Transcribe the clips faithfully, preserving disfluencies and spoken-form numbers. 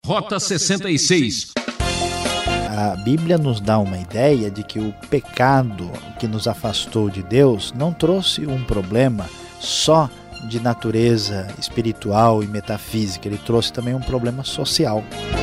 Rota sessenta e seis. A Bíblia nos dá uma ideia de que o pecado que nos afastou de Deus não trouxe um problema só de natureza espiritual e metafísica, ele trouxe também um problema social.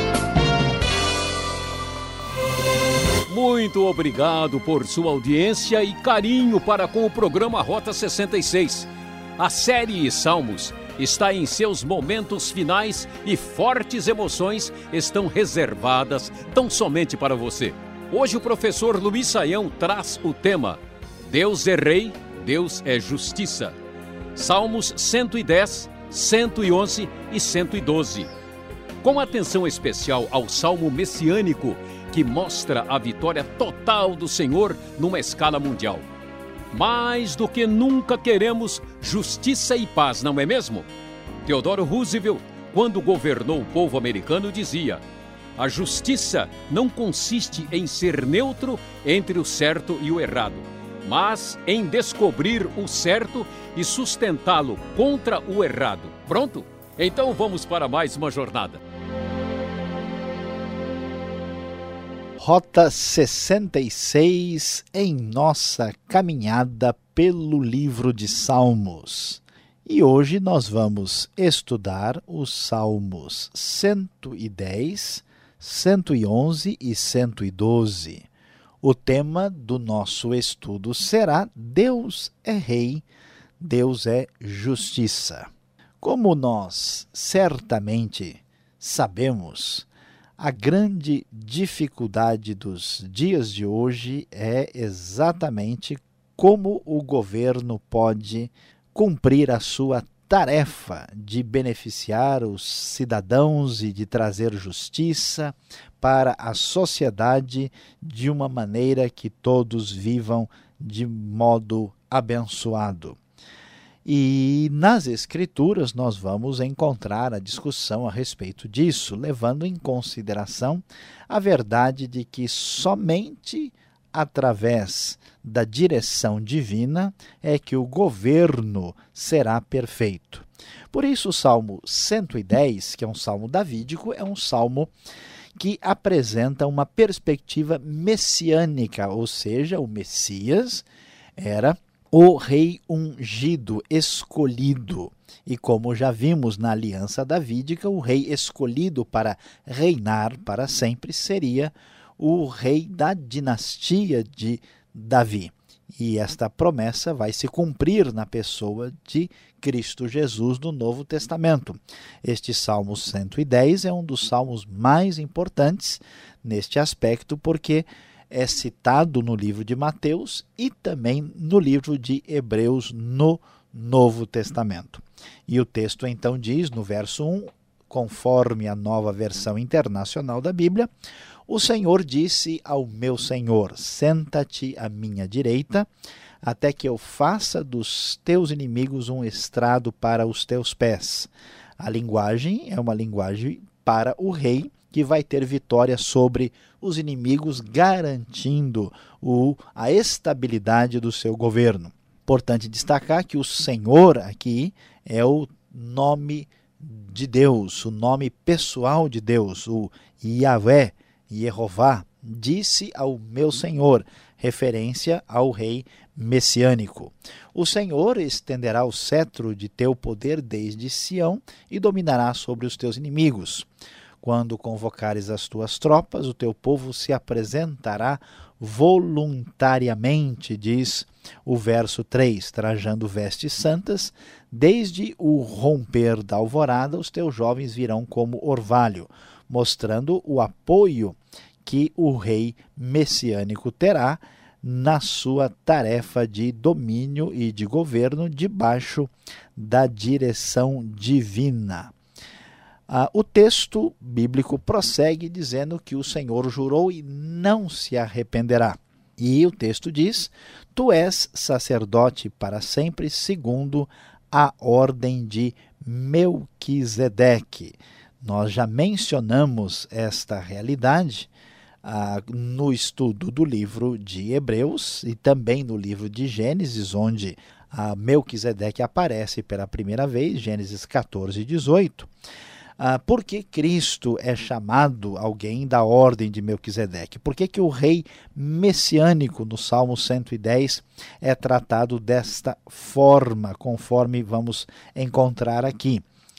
Muito obrigado por sua audiência e carinho para com o programa Rota sessenta e seis. A série Salmos está em seus momentos finais e fortes emoções estão reservadas tão somente para você. Hoje o professor Luiz Saião traz o tema Deus é Rei, Deus é Justiça. Salmos cento e dez, cento e onze e cento e doze. Com atenção especial ao Salmo messiânico, que mostra a vitória total do Senhor numa escala mundial. Mais do que nunca queremos justiça e paz, não é mesmo? Theodore Roosevelt, quando governou o povo americano, dizia: a justiça não consiste em ser neutro entre o certo e o errado, mas em descobrir o certo e sustentá-lo contra o errado. Pronto? Então vamos para mais uma jornada. Rota sessenta e seis em nossa caminhada pelo livro de Salmos. E hoje nós vamos estudar os Salmos cento e dez, cento e onze e cento e doze. O tema do nosso estudo será Deus é Rei, Deus é Justiça. Como nós certamente sabemos, a grande dificuldade dos dias de hoje é exatamente como o governo pode cumprir a sua tarefa de beneficiar os cidadãos e de trazer justiça para a sociedade de uma maneira que todos vivam de modo abençoado. E nas Escrituras nós vamos encontrar a discussão a respeito disso, levando em consideração a verdade de que somente através da direção divina é que o governo será perfeito. Por isso o Salmo cento e dez, que é um salmo davídico, é um salmo que apresenta uma perspectiva messiânica, ou seja, o Messias era o rei ungido, escolhido. E como já vimos na aliança davídica, o rei escolhido para reinar para sempre seria o rei da dinastia de Davi. E esta promessa vai se cumprir na pessoa de Cristo Jesus no Novo Testamento. Este Salmo cento e dez é um dos salmos mais importantes neste aspecto, porque é citado no livro de Mateus e também no livro de Hebreus no Novo Testamento. E o texto então diz, no verso um, conforme a Nova Versão Internacional da Bíblia, o Senhor disse ao meu Senhor, senta-te à minha direita, até que eu faça dos teus inimigos um estrado para os teus pés. A linguagem é uma linguagem para o rei, que vai ter vitória sobre os inimigos, garantindo o, a estabilidade do seu governo. Importante destacar que o Senhor aqui é o nome de Deus, o nome pessoal de Deus, o Yahvé, Jeová, disse ao meu Senhor, referência ao rei messiânico. O Senhor estenderá o cetro de teu poder desde Sião e dominará sobre os teus inimigos. Quando convocares as tuas tropas, o teu povo se apresentará voluntariamente, diz o verso três, trajando vestes santas, desde o romper da alvorada, os teus jovens virão como orvalho, mostrando o apoio que o rei messiânico terá na sua tarefa de domínio e de governo debaixo da direção divina. Ah, o texto bíblico prossegue dizendo que o Senhor jurou e não se arrependerá. E o texto diz, tu és sacerdote para sempre, segundo a ordem de Melquisedeque. Nós já mencionamos esta realidade ah, no estudo do livro de Hebreus e também no livro de Gênesis, onde a Melquisedeque aparece pela primeira vez, Gênesis quatorze, dezoito. Ah, por que Cristo é chamado alguém da ordem de Melquisedeque? Por que que o rei messiânico no Salmo cento e dez é tratado desta forma, conforme vamos encontrar aqui?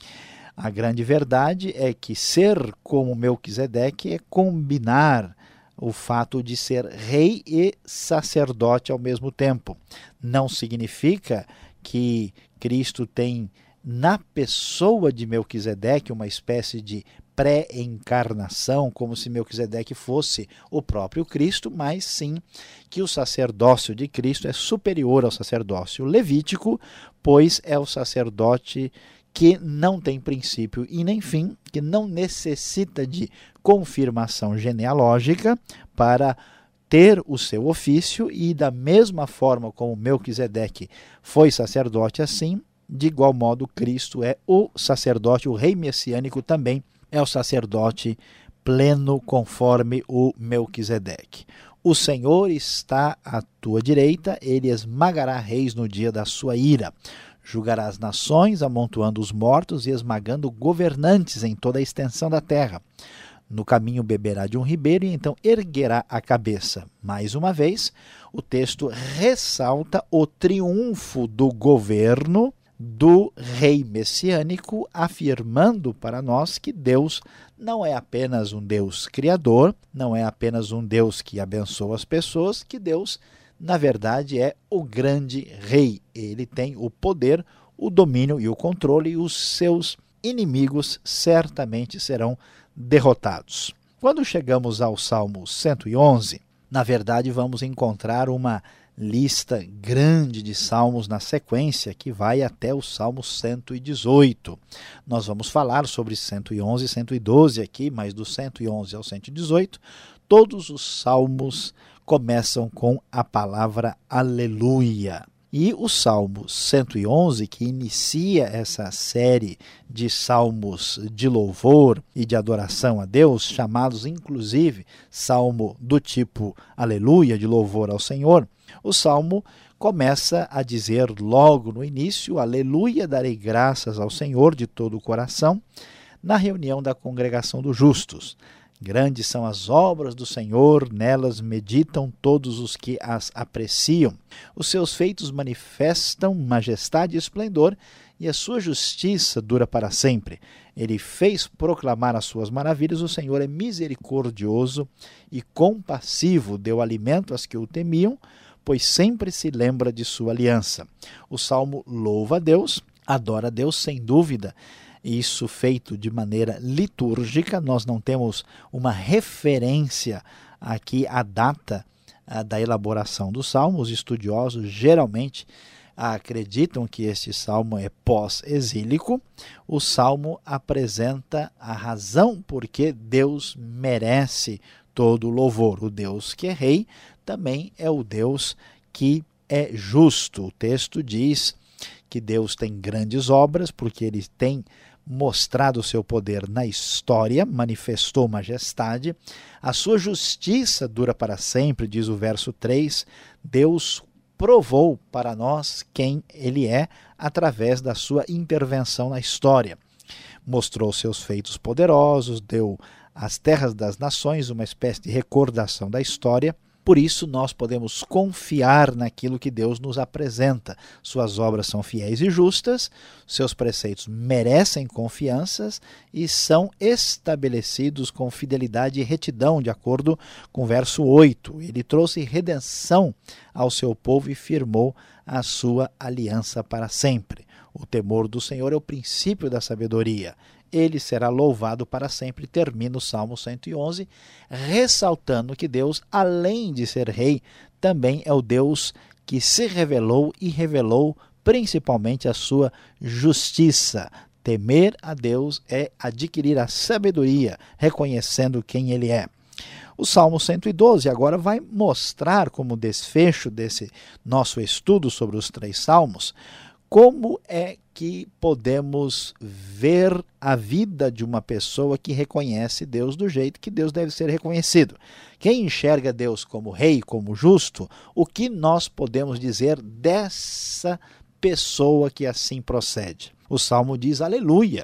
A grande verdade é que ser como Melquisedeque é combinar o fato de ser rei e sacerdote ao mesmo tempo. Não significa que Cristo tem na pessoa de Melquisedeque uma espécie de pré-encarnação, como se Melquisedeque fosse o próprio Cristo, mas sim que o sacerdócio de Cristo é superior ao sacerdócio levítico, pois é o sacerdote que não tem princípio e nem fim, que não necessita de confirmação genealógica para ter o seu ofício, e da mesma forma como Melquisedeque foi sacerdote, assim, de igual modo Cristo é o sacerdote, o rei messiânico também é o sacerdote pleno conforme o Melquisedeque. O Senhor está à tua direita, ele esmagará reis no dia da sua ira. Julgará as nações, amontoando os mortos e esmagando governantes em toda a extensão da terra. No caminho beberá de um ribeiro e então erguerá a cabeça. Mais uma vez, o texto ressalta o triunfo do governo do rei messiânico, afirmando para nós que Deus não é apenas um Deus criador, não é apenas um Deus que abençoa as pessoas, que Deus, na verdade, é o grande rei. Ele tem o poder, o domínio e o controle, e os seus inimigos certamente serão derrotados. Quando chegamos ao Salmo cento e onze, na verdade vamos encontrar uma lista grande de salmos na sequência, que vai até o Salmo cento e dezoito. Nós vamos falar sobre cento e onze e cento e doze aqui, mas do cento e onze ao cento e dezoito, todos os salmos começam com a palavra aleluia. E o Salmo cento e onze, que inicia essa série de salmos de louvor e de adoração a Deus, chamados inclusive salmo do tipo aleluia, de louvor ao Senhor, o salmo começa a dizer logo no início: aleluia, darei graças ao Senhor de todo o coração, na reunião da congregação dos justos. Grandes são as obras do Senhor, nelas meditam todos os que as apreciam. Os seus feitos manifestam majestade e esplendor, e a sua justiça dura para sempre. Ele fez proclamar as suas maravilhas, o Senhor é misericordioso e compassivo, deu alimento às que o temiam, pois sempre se lembra de sua aliança. O salmo louva a Deus, adora a Deus, sem dúvida, isso feito de maneira litúrgica. Nós não temos uma referência aqui à data a, da elaboração do salmo. Os estudiosos geralmente acreditam que este salmo é pós-exílico. O salmo apresenta a razão por que Deus merece todo o louvor. O Deus que é rei também é o Deus que é justo. O texto diz que Deus tem grandes obras, porque ele tem mostrado o seu poder na história, manifestou majestade. A sua justiça dura para sempre, diz o verso três. Deus provou para nós quem ele é através da sua intervenção na história. Mostrou seus feitos poderosos, deu às terras das nações uma espécie de recordação da história. Por isso, nós podemos confiar naquilo que Deus nos apresenta. Suas obras são fiéis e justas, seus preceitos merecem confianças e são estabelecidos com fidelidade e retidão, de acordo com o verso oito. Ele trouxe redenção ao seu povo e firmou a sua aliança para sempre. O temor do Senhor é o princípio da sabedoria. Ele será louvado para sempre, termina o Salmo cento e onze, ressaltando que Deus, além de ser rei, também é o Deus que se revelou e revelou principalmente a sua justiça. Temer a Deus é adquirir a sabedoria, reconhecendo quem ele é. O Salmo cento e doze agora vai mostrar, como desfecho desse nosso estudo sobre os três salmos, como é que podemos ver a vida de uma pessoa que reconhece Deus do jeito que Deus deve ser reconhecido. Quem enxerga Deus como rei, como justo, o que nós podemos dizer dessa pessoa que assim procede? O Salmo diz aleluia,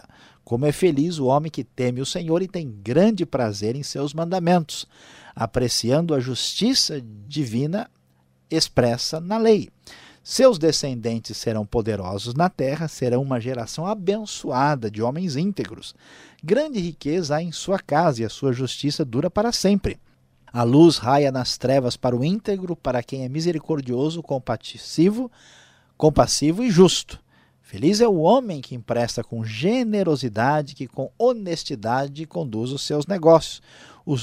Como é feliz o homem que teme o Senhor e tem grande prazer em seus mandamentos, apreciando a justiça divina expressa na lei. Seus descendentes serão poderosos na terra, serão uma geração abençoada de homens íntegros. Grande riqueza há em sua casa e a sua justiça dura para sempre. A luz raia nas trevas para o íntegro, para quem é misericordioso, compassivo, compassivo e justo. Feliz é o homem que empresta com generosidade, que com honestidade conduz os seus negócios. O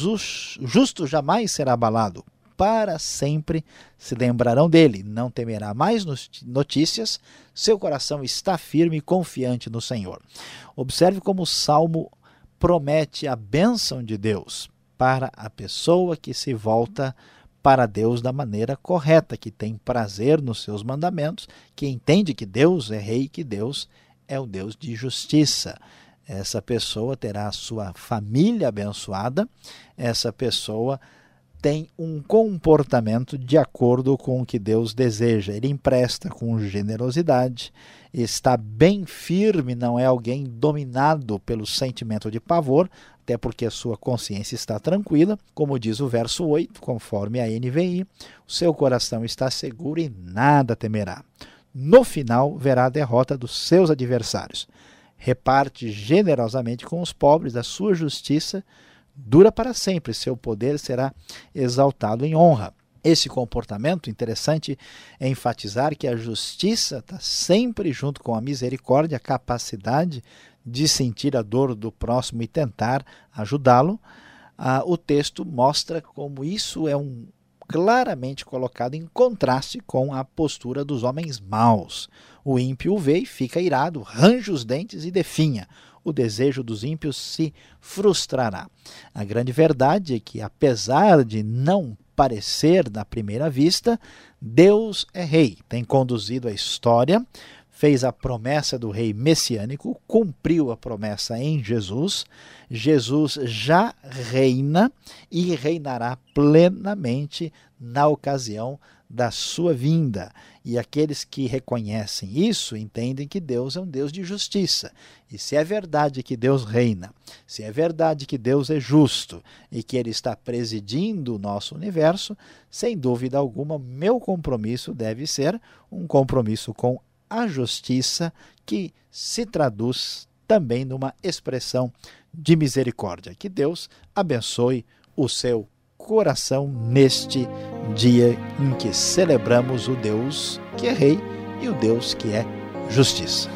justo jamais será abalado. Para sempre se lembrarão dele, não temerá mais notícias, seu coração está firme e confiante no Senhor. Observe como o Salmo promete a bênção de Deus para a pessoa que se volta para Deus da maneira correta, que tem prazer nos seus mandamentos, que entende que Deus é rei, que Deus é o Deus de justiça. Essa pessoa terá a sua família abençoada, essa pessoa tem um comportamento de acordo com o que Deus deseja. Ele empresta com generosidade, está bem firme, não é alguém dominado pelo sentimento de pavor, até porque a sua consciência está tranquila. Como diz o verso oito, conforme a N V I, o seu coração está seguro e nada temerá. No final, verá a derrota dos seus adversários. Reparte generosamente com os pobres, a sua justiça dura para sempre, seu poder será exaltado em honra. Esse comportamento, interessante é enfatizar que a justiça está sempre junto com a misericórdia, a capacidade de sentir a dor do próximo e tentar ajudá-lo. Ah, o texto mostra como isso é um, claramente colocado em contraste com a postura dos homens maus. O ímpio vê e fica irado, range os dentes e definha. O desejo dos ímpios se frustrará. A grande verdade é que, apesar de não parecer na primeira vista, Deus é rei, tem conduzido a história, fez a promessa do rei messiânico, cumpriu a promessa em Jesus. Jesus já reina e reinará plenamente na ocasião da sua vinda. E aqueles que reconhecem isso entendem que Deus é um Deus de justiça. E se é verdade que Deus reina, se é verdade que Deus é justo e que Ele está presidindo o nosso universo, sem dúvida alguma, meu compromisso deve ser um compromisso com a justiça que se traduz também numa expressão de misericórdia. Que Deus abençoe o seu coração neste dia em que celebramos o Deus que é rei e o Deus que é justiça.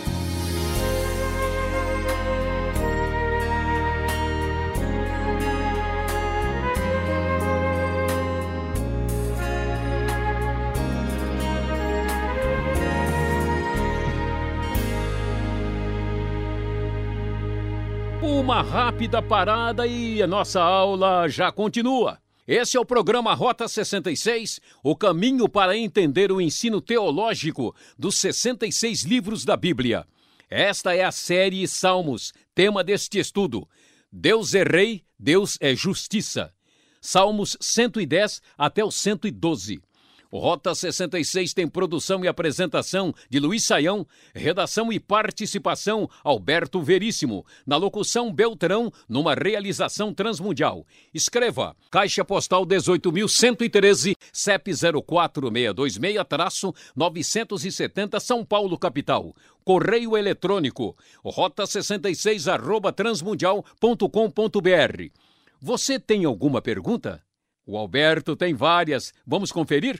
Uma rápida parada e a nossa aula já continua. Esse é o programa Rota sessenta e seis, o caminho para entender o ensino teológico dos sessenta e seis livros da Bíblia. Esta é a série Salmos, tema deste estudo. Deus é rei, Deus é justiça. Salmos cento e dez até o cento e doze. O Rota sessenta e seis tem produção e apresentação de Luiz Saião, redação e participação Alberto Veríssimo, na locução Beltrão, numa realização transmundial. Escreva, Caixa Postal dezoito mil cento e treze, C E P zero quatro seis dois seis, novecentos e setenta, São Paulo, capital. Correio eletrônico, rota sessenta e seis arroba transmundial ponto com ponto br. Você tem alguma pergunta? O Alberto tem várias. Vamos conferir?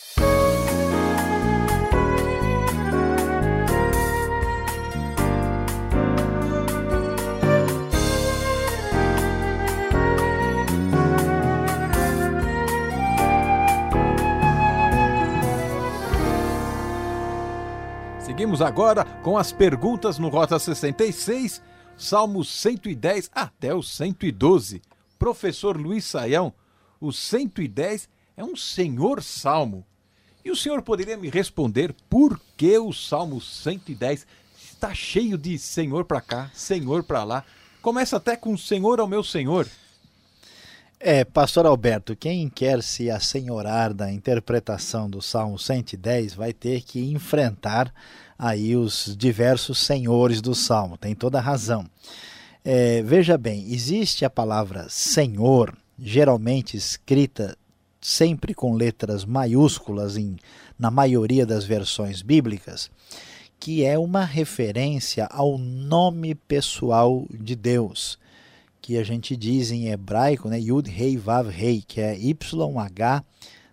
Seguimos agora com as perguntas no Rota sessenta e seis, Salmos cento e dez até o cento e doze. Professor Luiz Saião, o cento e dez é um senhor salmo. E o senhor poderia me responder por que o Salmo cento e dez está cheio de senhor para cá, senhor para lá? Começa até com senhor ao meu senhor. É, pastor Alberto, quem quer se assenhorar da interpretação do Salmo cento e dez vai ter que enfrentar aí os diversos senhores do Salmo, tem toda a razão. É, veja bem, existe a palavra Senhor, geralmente escrita sempre com letras maiúsculas em, na maioria das versões bíblicas, que é uma referência ao nome pessoal de Deus, que a gente diz em hebraico, né, Yud Rei Vav Rei, que é Y H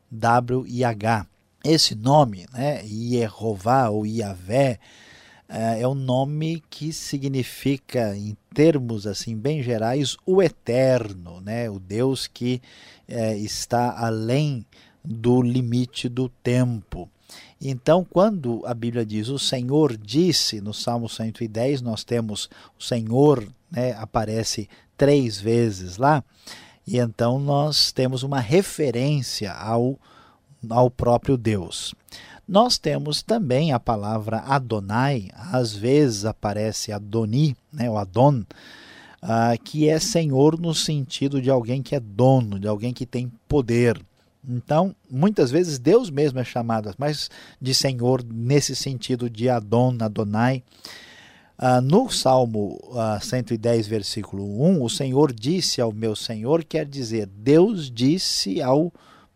W I H. Esse nome, né, Yehová ou Yavé, é um nome que significa, em termos assim bem gerais, o eterno, né, o Deus que é, está além do limite do tempo. Então, quando a Bíblia diz o Senhor disse, no Salmo cento e dez, nós temos o Senhor, né, aparece três vezes lá, e então nós temos uma referência ao, ao próprio Deus. Nós temos também a palavra Adonai, às vezes aparece Adoni, né, o Adon, uh, que é Senhor no sentido de alguém que é dono, de alguém que tem poder. Então, muitas vezes Deus mesmo é chamado mas de Senhor nesse sentido de Adon, Adonai. Uh, no Salmo uh, cento e dez, versículo um, o Senhor disse ao meu Senhor, quer dizer, Deus disse ao,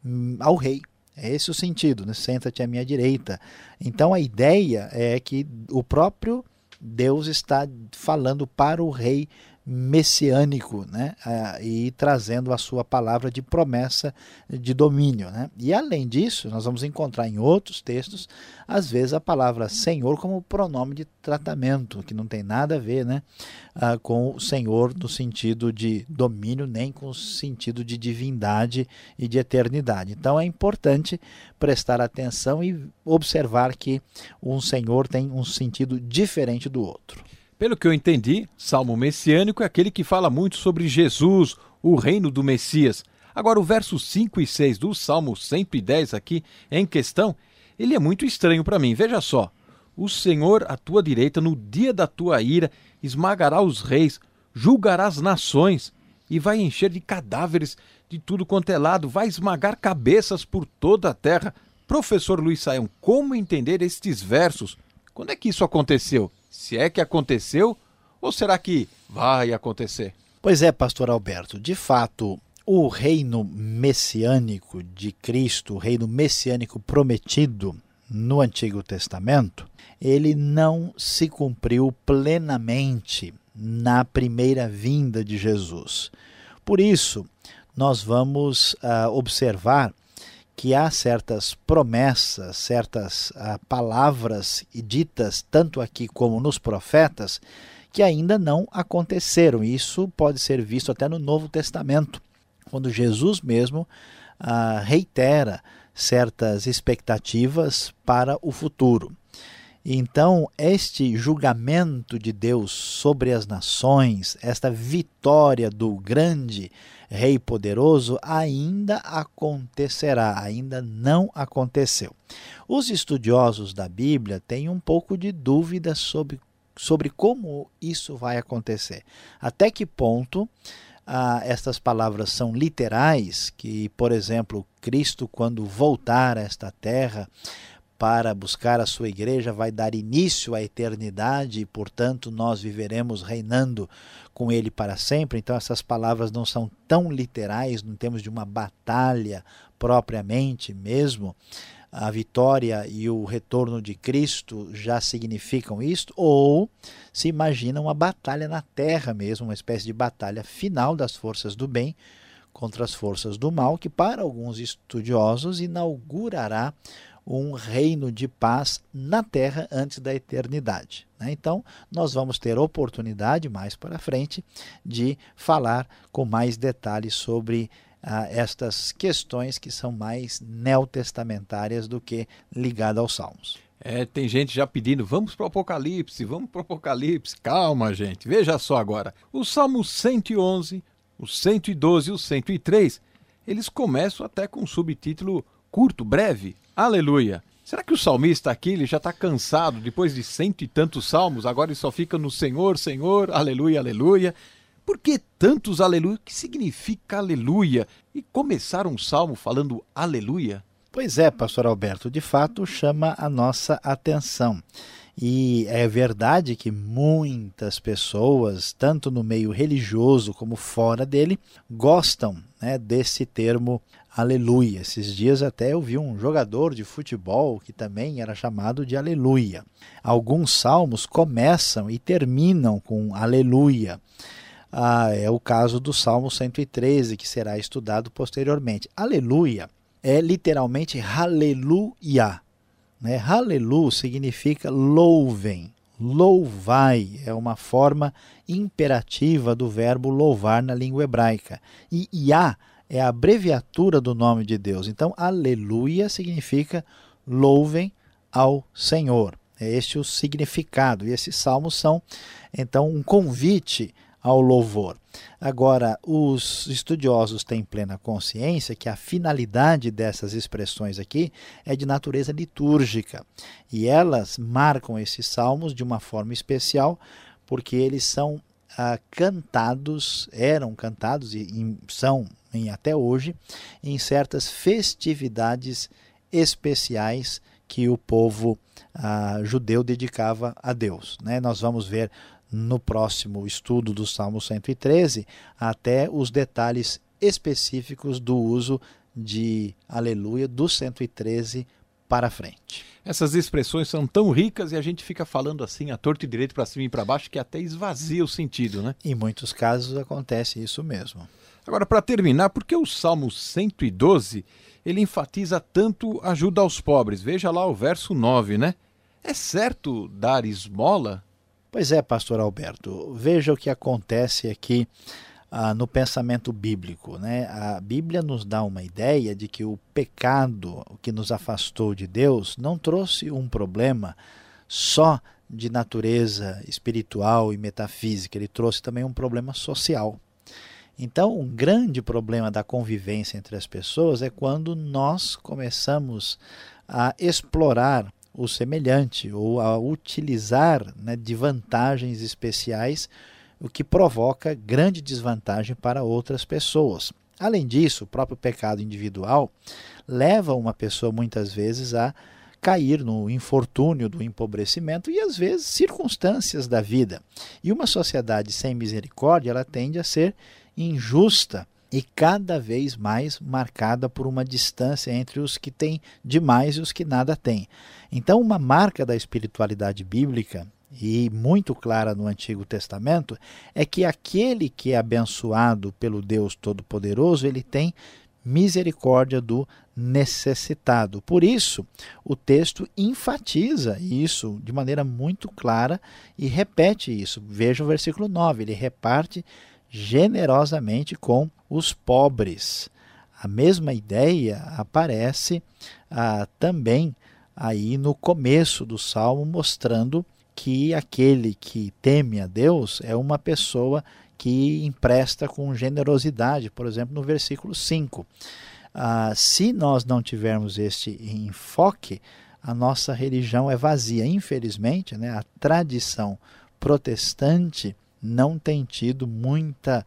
ao rei. É esse o sentido, né? Senta-te à minha direita. Então a ideia é que o próprio Deus está falando para o rei messiânico, né? Ah, e trazendo a sua palavra de promessa de domínio, né? E além disso, nós vamos encontrar em outros textos, às vezes a palavra Senhor como pronome de tratamento, que não tem nada a ver, né? Ah, com o Senhor no sentido de domínio, nem com o sentido de divindade e de eternidade. Então é importante prestar atenção e observar que um Senhor tem um sentido diferente do outro. Pelo que eu entendi, Salmo messiânico é aquele que fala muito sobre Jesus, o reino do Messias. Agora, o verso cinco e seis do Salmo cento e dez aqui em questão, ele é muito estranho para mim. Veja só, o Senhor à tua direita no dia da tua ira esmagará os reis, julgará as nações e vai encher de cadáveres de tudo quanto é lado, vai esmagar cabeças por toda a terra. Professor Luiz Saião, como entender estes versos? Quando é que isso aconteceu? Se é que aconteceu, ou será que vai acontecer? Pois é, pastor Alberto, de fato, o reino messiânico de Cristo, o reino messiânico prometido no Antigo Testamento, ele não se cumpriu plenamente na primeira vinda de Jesus. Por isso, nós vamos uh, observar que há certas promessas, certas uh, palavras ditas, tanto aqui como nos profetas, que ainda não aconteceram. Isso pode ser visto até no Novo Testamento, quando Jesus mesmo uh, reitera certas expectativas para o futuro. Então, este julgamento de Deus sobre as nações, esta vitória do grande Rei poderoso ainda acontecerá, ainda não aconteceu. Os estudiosos da Bíblia têm um pouco de dúvida sobre, sobre como isso vai acontecer. Até que ponto ah, estas palavras são literais, que, por exemplo, Cristo, quando voltar a esta terra para buscar a sua igreja, vai dar início à eternidade e, portanto, nós viveremos reinando com ele para sempre. Então, essas palavras não são tão literais, não temos de uma batalha propriamente mesmo. A vitória e o retorno de Cristo já significam isto, ou se imagina uma batalha na terra mesmo, uma espécie de batalha final das forças do bem contra as forças do mal, que para alguns estudiosos inaugurará um reino de paz na terra antes da eternidade. Então, nós vamos ter oportunidade mais para frente de falar com mais detalhes sobre ah, estas questões que são mais neotestamentárias do que ligadas aos Salmos. É, tem gente já pedindo, vamos para o Apocalipse, vamos para o Apocalipse. Calma, gente, veja só agora. O Salmo cento e onze, o cento e doze e o cento e três, eles começam até com um subtítulo curto, breve. Aleluia! Será que o salmista aqui ele já está cansado, depois de cento e tantos salmos, agora ele só fica no Senhor, Senhor, aleluia, aleluia? Por que tantos aleluia? O que significa aleluia? E começar um salmo falando aleluia? Pois é, pastor Alberto, de fato chama a nossa atenção. E é verdade que muitas pessoas, tanto no meio religioso como fora dele, gostam, né, desse termo aleluia. Esses dias até eu vi um jogador de futebol que também era chamado de aleluia. Alguns salmos começam e terminam com aleluia. Ah, é o caso do Salmo cento e treze, que será estudado posteriormente. Aleluia é literalmente haleluia. Né? Halelu significa louvem, louvai, é uma forma imperativa do verbo louvar na língua hebraica. E Yah é a abreviatura do nome de Deus. Então, aleluia significa louvem ao Senhor. É este o significado. E esses salmos são, então, um convite ao louvor. Agora, os estudiosos têm plena consciência que a finalidade dessas expressões aqui é de natureza litúrgica. E elas marcam esses salmos de uma forma especial, porque eles são ah, cantados, eram cantados e, e são em, até hoje, em certas festividades especiais que o povo ah, judeu dedicava a Deus. Né? Nós vamos ver no próximo estudo do Salmo cento e treze, até os detalhes específicos do uso de aleluia do cento e treze para frente. Essas expressões são tão ricas e a gente fica falando assim, a torto e direito, para cima e para baixo, que até esvazia o sentido, né? Em muitos casos acontece isso mesmo. Agora, para terminar, por que o Salmo cento e doze, ele enfatiza tanto ajuda aos pobres? Veja lá o verso nove, né? É certo dar esmola? Pois é, pastor Alberto, veja o que acontece aqui ah, no pensamento bíblico. Né? A Bíblia nos dá uma ideia de que o pecado que nos afastou de Deus não trouxe um problema só de natureza espiritual e metafísica, ele trouxe também um problema social. Então, um grande problema da convivência entre as pessoas é quando nós começamos a explorar o semelhante, ou a utilizar, né, de vantagens especiais, o que provoca grande desvantagem para outras pessoas. Além disso, o próprio pecado individual leva uma pessoa muitas vezes a cair no infortúnio do empobrecimento e às vezes circunstâncias da vida. E uma sociedade sem misericórdia, ela tende a ser injusta e cada vez mais marcada por uma distância entre os que têm demais e os que nada têm. Então, uma marca da espiritualidade bíblica, e muito clara no Antigo Testamento, é que aquele que é abençoado pelo Deus Todo-Poderoso, ele tem misericórdia do necessitado. Por isso, o texto enfatiza isso de maneira muito clara e repete isso. Veja o versículo nove, ele reparte generosamente com os pobres. A mesma ideia aparece ah, também aí no começo do Salmo, mostrando que aquele que teme a Deus é uma pessoa que empresta com generosidade. Por exemplo, no versículo cinco. Ah, se nós não tivermos este enfoque, a nossa religião é vazia. Infelizmente, né, a tradição protestante não tem tido muita,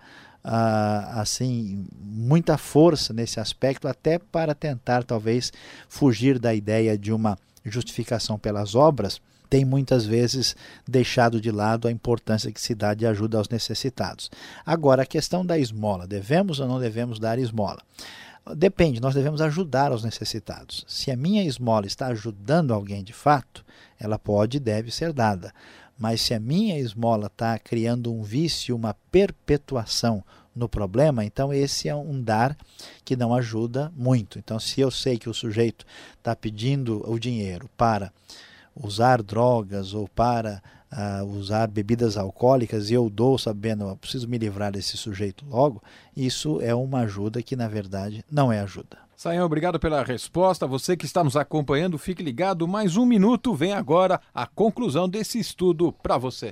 uh, assim, muita força nesse aspecto, até para tentar talvez fugir da ideia de uma justificação pelas obras, tem muitas vezes deixado de lado a importância que se dá de ajuda aos necessitados. Agora, a questão da esmola, devemos ou não devemos dar esmola? Depende, nós devemos ajudar os necessitados. Se a minha esmola está ajudando alguém de fato, ela pode e deve ser dada. Mas se a minha esmola está criando um vício, uma perpetuação no problema, então esse é um dar que não ajuda muito. Então, se eu sei que o sujeito está pedindo o dinheiro para usar drogas ou para uh, usar bebidas alcoólicas e eu dou sabendo, eu preciso me livrar desse sujeito logo, isso é uma ajuda que na verdade não é ajuda. Sayão, obrigado pela resposta. Você que está nos acompanhando, fique ligado. Mais um minuto, vem agora a conclusão desse estudo para você.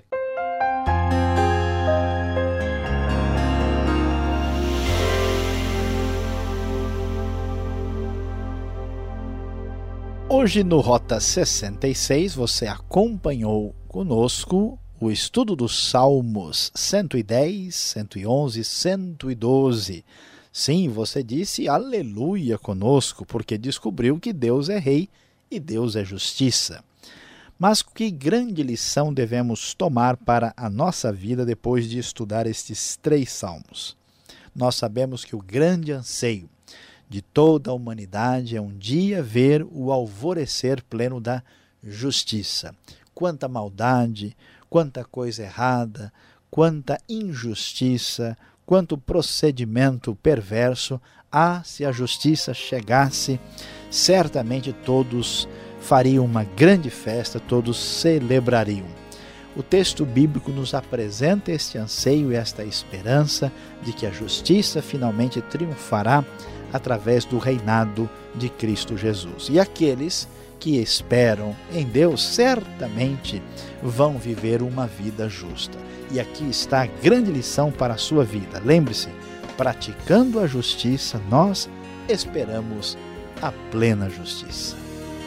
Hoje no Rota sessenta e seis você acompanhou conosco o estudo dos Salmos cento e dez, cento e onze, cento e doze. Sim, você disse aleluia conosco, porque descobriu que Deus é rei e Deus é justiça. Mas que grande lição devemos tomar para a nossa vida depois de estudar estes três salmos? Nós sabemos que o grande anseio de toda a humanidade é um dia ver o alvorecer pleno da justiça. Quanta maldade, quanta coisa errada, quanta injustiça, quanto procedimento perverso há se a justiça chegasse, certamente todos fariam uma grande festa, todos celebrariam. O texto bíblico nos apresenta este anseio e esta esperança de que a justiça finalmente triunfará através do reinado de Cristo Jesus. E aqueles que esperam em Deus certamente vão viver uma vida justa. E aqui está a grande lição para a sua vida. Lembre-se, praticando a justiça, nós esperamos a plena justiça.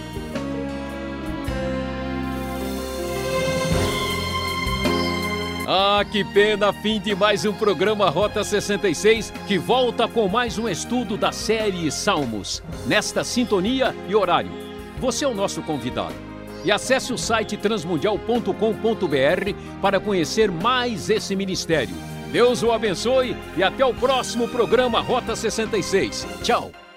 Ah, que pena, fim de mais um programa Rota sessenta e seis, que volta com mais um estudo da série Salmos, nesta sintonia e horário. Você é o nosso convidado. E acesse o site transmundial ponto com ponto br para conhecer mais esse ministério. Deus o abençoe e até o próximo programa Rota sessenta e seis. Tchau!